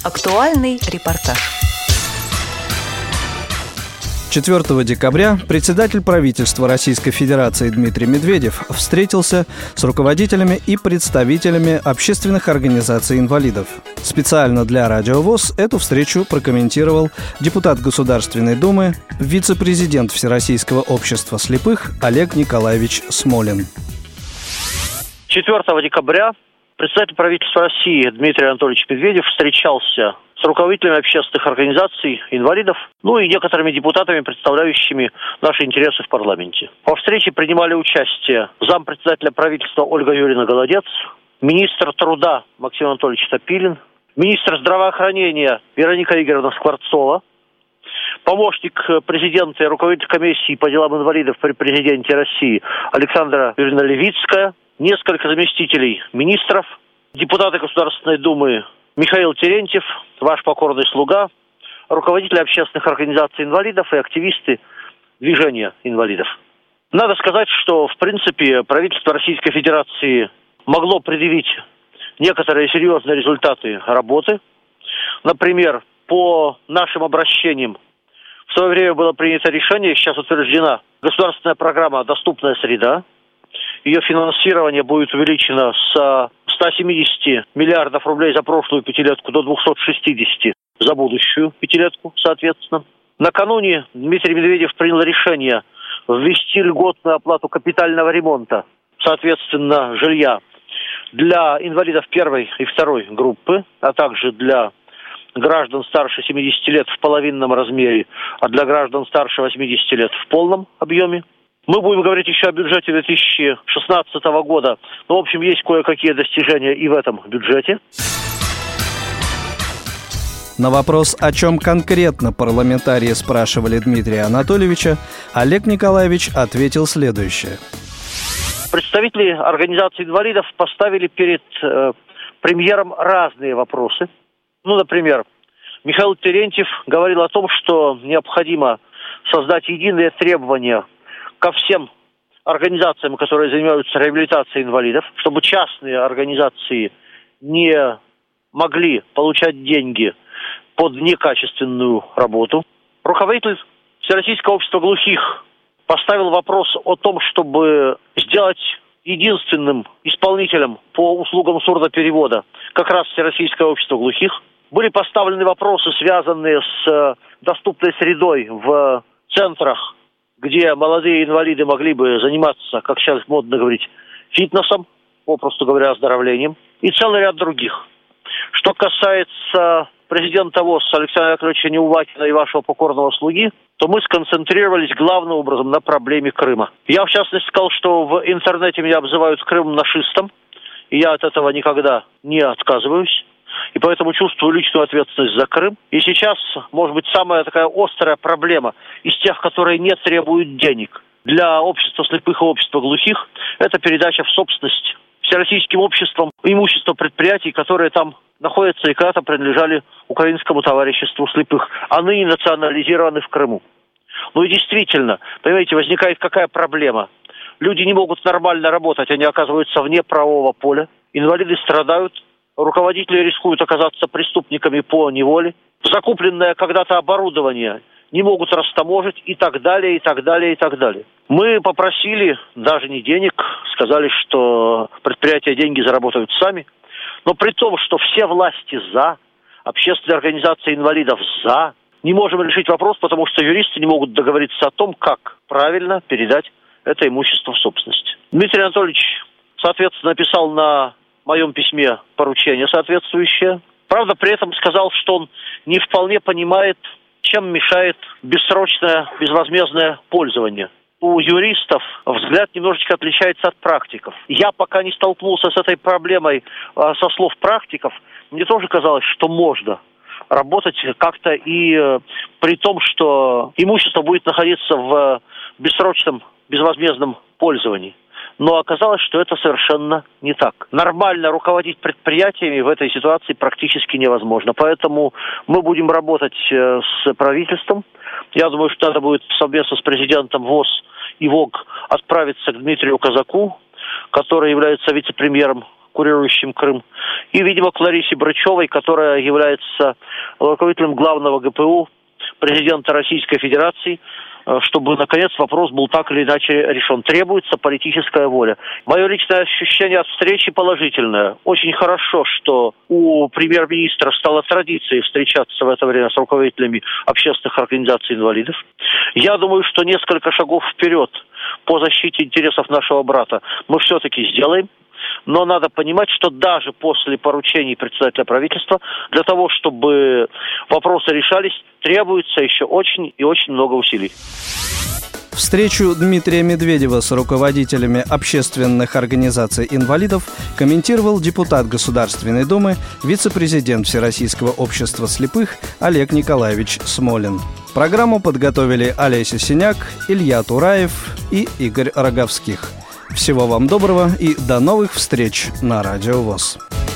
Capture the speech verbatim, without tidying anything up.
Актуальный репортаж. четвёртого декабря председатель правительства Российской Федерации Дмитрий Медведев встретился с руководителями и представителями общественных организаций инвалидов. Специально для Радио ВОС эту встречу прокомментировал депутат Государственной Думы, вице-президент Всероссийского общества слепых Олег Николаевич Смолин. четвёртого декабря председатель правительства России Дмитрий Анатольевич Медведев встречался с руководителями общественных организаций инвалидов, ну и некоторыми депутатами, представляющими наши интересы в парламенте. Во встрече принимали участие зампредседателя правительства Ольга Юрьевна Голодец, министр труда Максим Анатольевич Топилин, министр здравоохранения Вероника Игоревна Скворцова, помощник президента и руководитель комиссии по делам инвалидов при президенте России Александра Юрьевна Левицкая, несколько заместителей министров, депутаты Государственной Думы Михаил Терентьев, ваш покорный слуга, руководители общественных организаций инвалидов и активисты движения инвалидов. Надо сказать, что, в принципе, правительство Российской Федерации могло предъявить некоторые серьезные результаты работы. Например, по нашим обращениям в свое время было принято решение, сейчас утверждена государственная программа «Доступная среда». Ее финансирование будет увеличено с ста семидесяти миллиардов рублей за прошлую пятилетку до двухсот шестидесяти за будущую пятилетку, соответственно. Накануне Дмитрий Медведев принял решение ввести льготную оплату капитального ремонта, соответственно, жилья для инвалидов первой и второй группы, а также для граждан старше семидесяти лет в половинном размере, а для граждан старше восьмидесяти лет в полном объеме. Мы будем говорить еще о бюджете две тысячи шестнадцатого года. Но, в общем, есть кое-какие достижения и в этом бюджете. На вопрос, о чем конкретно парламентарии спрашивали Дмитрия Анатольевича, Олег Николаевич ответил следующее. Представители организаций инвалидов поставили перед э, премьером разные вопросы. Ну, например, Михаил Терентьев говорил о том, что необходимо создать единые требования ко всем организациям, которые занимаются реабилитацией инвалидов, чтобы частные организации не могли получать деньги под некачественную работу. Руководитель Всероссийского общества глухих поставил вопрос о том, чтобы сделать единственным исполнителем по услугам сурдоперевода как раз Всероссийское общество глухих. Были поставлены вопросы, связанные с доступной средой в центрах, где молодые инвалиды могли бы заниматься, как сейчас модно говорить, фитнесом, попросту говоря, оздоровлением, и целый ряд других. Что касается президента ВОС Александра Яковлевича Неувакина и вашего покорного слуги, то мы сконцентрировались главным образом на проблеме Крыма. Я, в частности, сказал, что в интернете меня обзывают крым-нашистом, и я от этого никогда не отказываюсь. И поэтому чувствую личную ответственность за Крым. И сейчас, может быть, самая такая острая проблема из тех, которые не требуют денег для общества слепых и общества глухих, это передача в собственность всероссийским обществом имущества предприятий, которые там находятся и когда-то принадлежали Украинскому товариществу слепых, а ныне национализированы в Крыму. Ну и действительно, понимаете, возникает какая проблема? Люди не могут нормально работать, они оказываются вне правового поля, инвалиды страдают, руководители рискуют оказаться преступниками по неволе. Закупленное когда-то оборудование не могут растаможить и так далее, и так далее, и так далее. Мы попросили даже не денег, сказали, что предприятия деньги заработают сами. Но при том, что все власти за, общественные организации инвалидов за, не можем решить вопрос, потому что юристы не могут договориться о том, как правильно передать это имущество в собственность. Дмитрий Анатольевич, соответственно, написал на в моем письме поручение соответствующее. Правда, при этом сказал, что он не вполне понимает, чем мешает бессрочное безвозмездное пользование. У юристов взгляд немножечко отличается от практиков. Я пока не столкнулся с этой проблемой а, со слов практиков. Мне тоже казалось, что можно работать как-то и э, при том, что имущество будет находиться в бессрочном безвозмездном пользовании. Но оказалось, что это совершенно не так. Нормально руководить предприятиями в этой ситуации практически невозможно. Поэтому мы будем работать с правительством. Я думаю, что надо будет совместно с президентом ВОС и ВОГ отправиться к Дмитрию Казаку, который является вице-премьером курирующим Крым, и, видимо, к Ларисе Брычевой, которая является руководителем главного ГПУ президента Российской Федерации, чтобы, наконец, вопрос был так или иначе решен. Требуется политическая воля. Мое личное ощущение от встречи положительное. Очень хорошо, что у премьер-министра стала традицией встречаться в это время с руководителями общественных организаций инвалидов. Я думаю, что несколько шагов вперед по защите интересов нашего брата мы все-таки сделаем. Но надо понимать, что даже после поручений председателя правительства, для того, чтобы вопросы решались, требуется еще очень и очень много усилий. Встречу Дмитрия Медведева с руководителями общественных организаций инвалидов комментировал депутат Государственной Думы, вице-президент Всероссийского общества слепых Олег Николаевич Смолин. Программу подготовили Олеся Синяк, Илья Тураев и Игорь Роговских. Всего вам доброго и до новых встреч на Радио ВОС.